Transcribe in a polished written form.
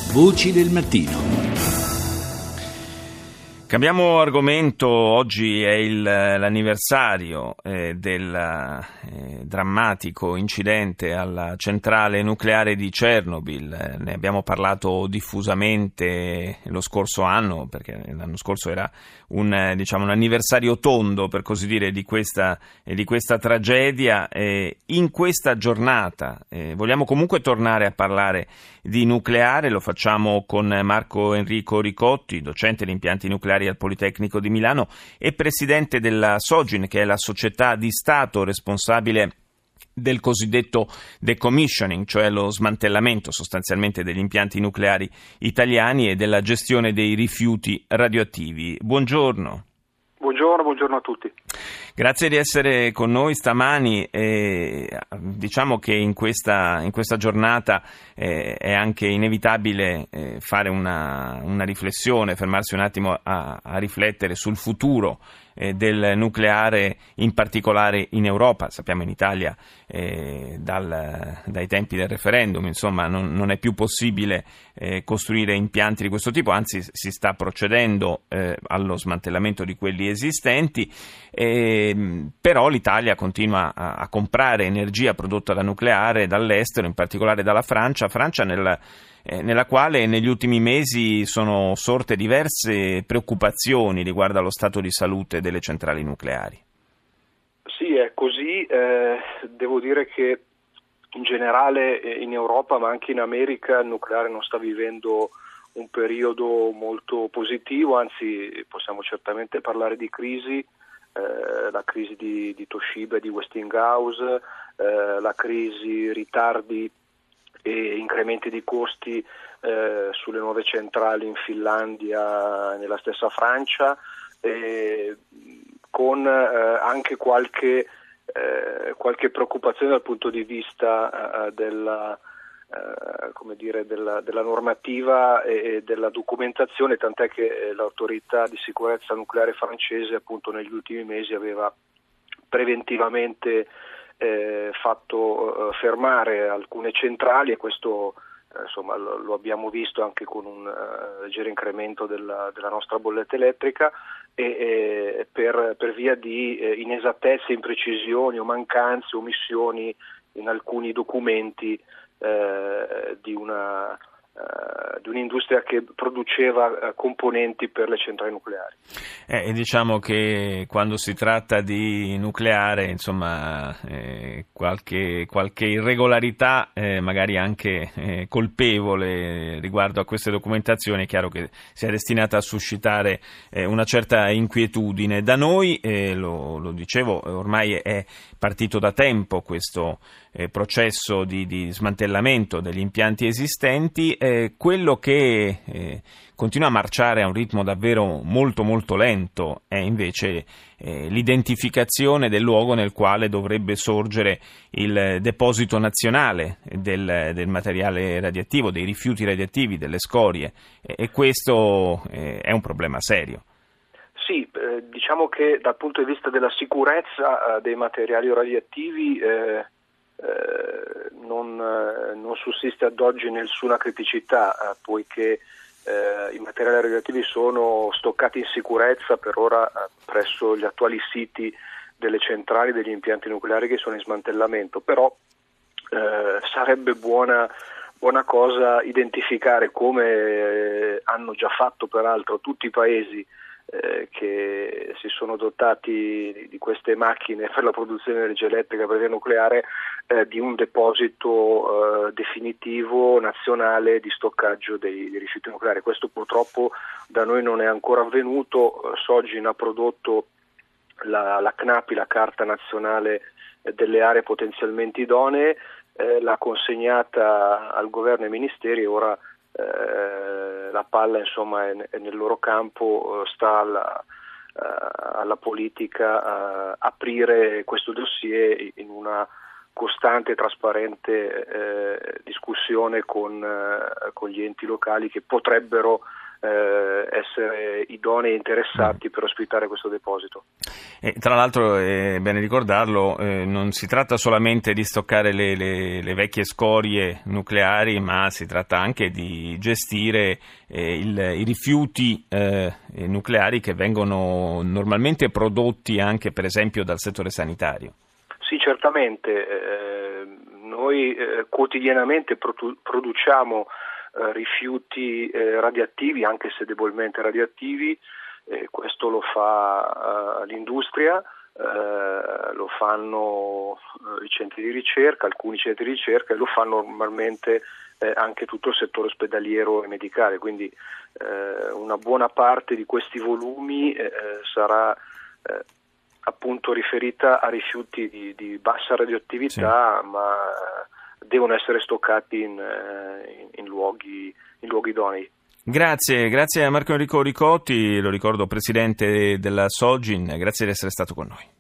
Voci del mattino. Cambiamo argomento. Oggi è l'anniversario del drammatico incidente alla centrale nucleare di Chernobyl. Ne abbiamo parlato diffusamente lo scorso anno, perché l'anno scorso era un anniversario tondo, per così dire, di questa tragedia. In questa giornata vogliamo comunque tornare a parlare di nucleare. Lo facciamo con Marco Enrico Ricotti, docente di impianti nucleari al Politecnico di Milano e presidente della Sogin, che è la società di Stato responsabile del cosiddetto decommissioning, cioè lo smantellamento sostanzialmente degli impianti nucleari italiani e della gestione dei rifiuti radioattivi. Buongiorno. Buongiorno a tutti. Grazie di essere con noi stamani. Diciamo che in questa giornata è anche inevitabile fare una riflessione, fermarsi un attimo a riflettere sul futuro del nucleare, in particolare in Europa. Sappiamo in Italia dai tempi del referendum, insomma, non è più possibile costruire impianti di questo tipo, anzi si sta procedendo allo smantellamento di quelli esistenti, però l'Italia continua a comprare energia prodotta da nucleare dall'estero, in particolare dalla Francia nella quale negli ultimi mesi sono sorte diverse preoccupazioni riguardo allo stato di salute delle centrali nucleari. Sì, è così. Devo dire che in generale in Europa, ma anche in America, il nucleare non sta vivendo un periodo molto positivo, anzi possiamo certamente parlare di crisi, la crisi di Toshiba e di Westinghouse, la crisi, ritardi e incrementi di costi sulle nuove centrali in Finlandia, nella stessa Francia, con anche qualche preoccupazione dal punto di vista della normativa e della documentazione, tant'è che l'autorità di sicurezza nucleare francese appunto negli ultimi mesi aveva preventivamente fatto fermare alcune centrali, e questo lo abbiamo visto anche con un leggero incremento della nostra bolletta elettrica, e per via di inesattezze, imprecisioni o mancanze, omissioni in alcuni documenti di un'industria che produceva componenti per le centrali nucleari. E diciamo che quando si tratta di nucleare, insomma, qualche irregolarità, magari anche colpevole riguardo a queste documentazioni, è chiaro che sia destinata a suscitare una certa inquietudine. Da noi, lo dicevo, ormai è partito da tempo questo processo di smantellamento degli impianti esistenti. Quello che continua a marciare a un ritmo davvero molto molto lento è invece l'identificazione del luogo nel quale dovrebbe sorgere il deposito nazionale del materiale radioattivo, dei rifiuti radioattivi, delle scorie, e questo è un problema serio. Sì, diciamo che dal punto di vista della sicurezza dei materiali radioattivi non sussiste ad oggi nessuna criticità, poiché i materiali radioattivi sono stoccati in sicurezza per ora presso gli attuali siti delle centrali degli impianti nucleari che sono in smantellamento, però sarebbe buona cosa identificare, come hanno già fatto peraltro tutti i paesi che si sono dotati di queste macchine per la produzione di energia elettrica per via nucleare, di un deposito definitivo nazionale di stoccaggio dei rifiuti nucleari. Questo purtroppo da noi non è ancora avvenuto. Sogin ha prodotto la CNAPI, la Carta Nazionale delle Aree Potenzialmente Idonee, l'ha consegnata al governo e ai ministeri, e ora la palla insomma è nel loro campo. Sta alla politica aprire questo dossier in una costante e trasparente discussione con gli enti locali che potrebbero essere idonei e interessati per ospitare questo deposito. E tra l'altro è bene ricordarlo, non si tratta solamente di stoccare le vecchie scorie nucleari, ma si tratta anche di gestire i rifiuti nucleari che vengono normalmente prodotti anche per esempio dal settore sanitario. Sì, certamente. Noi quotidianamente produciamo rifiuti radioattivi, anche se debolmente radioattivi. Questo lo fa l'industria, lo fanno i centri di ricerca, alcuni centri di ricerca, e lo fanno normalmente anche tutto il settore ospedaliero e medicale, quindi una buona parte di questi volumi sarà appunto riferita a rifiuti di bassa radioattività, sì, ma devono essere stoccati in luoghi idonei. Grazie a Marco Enrico Ricotti, lo ricordo presidente della Sogin, grazie di essere stato con noi.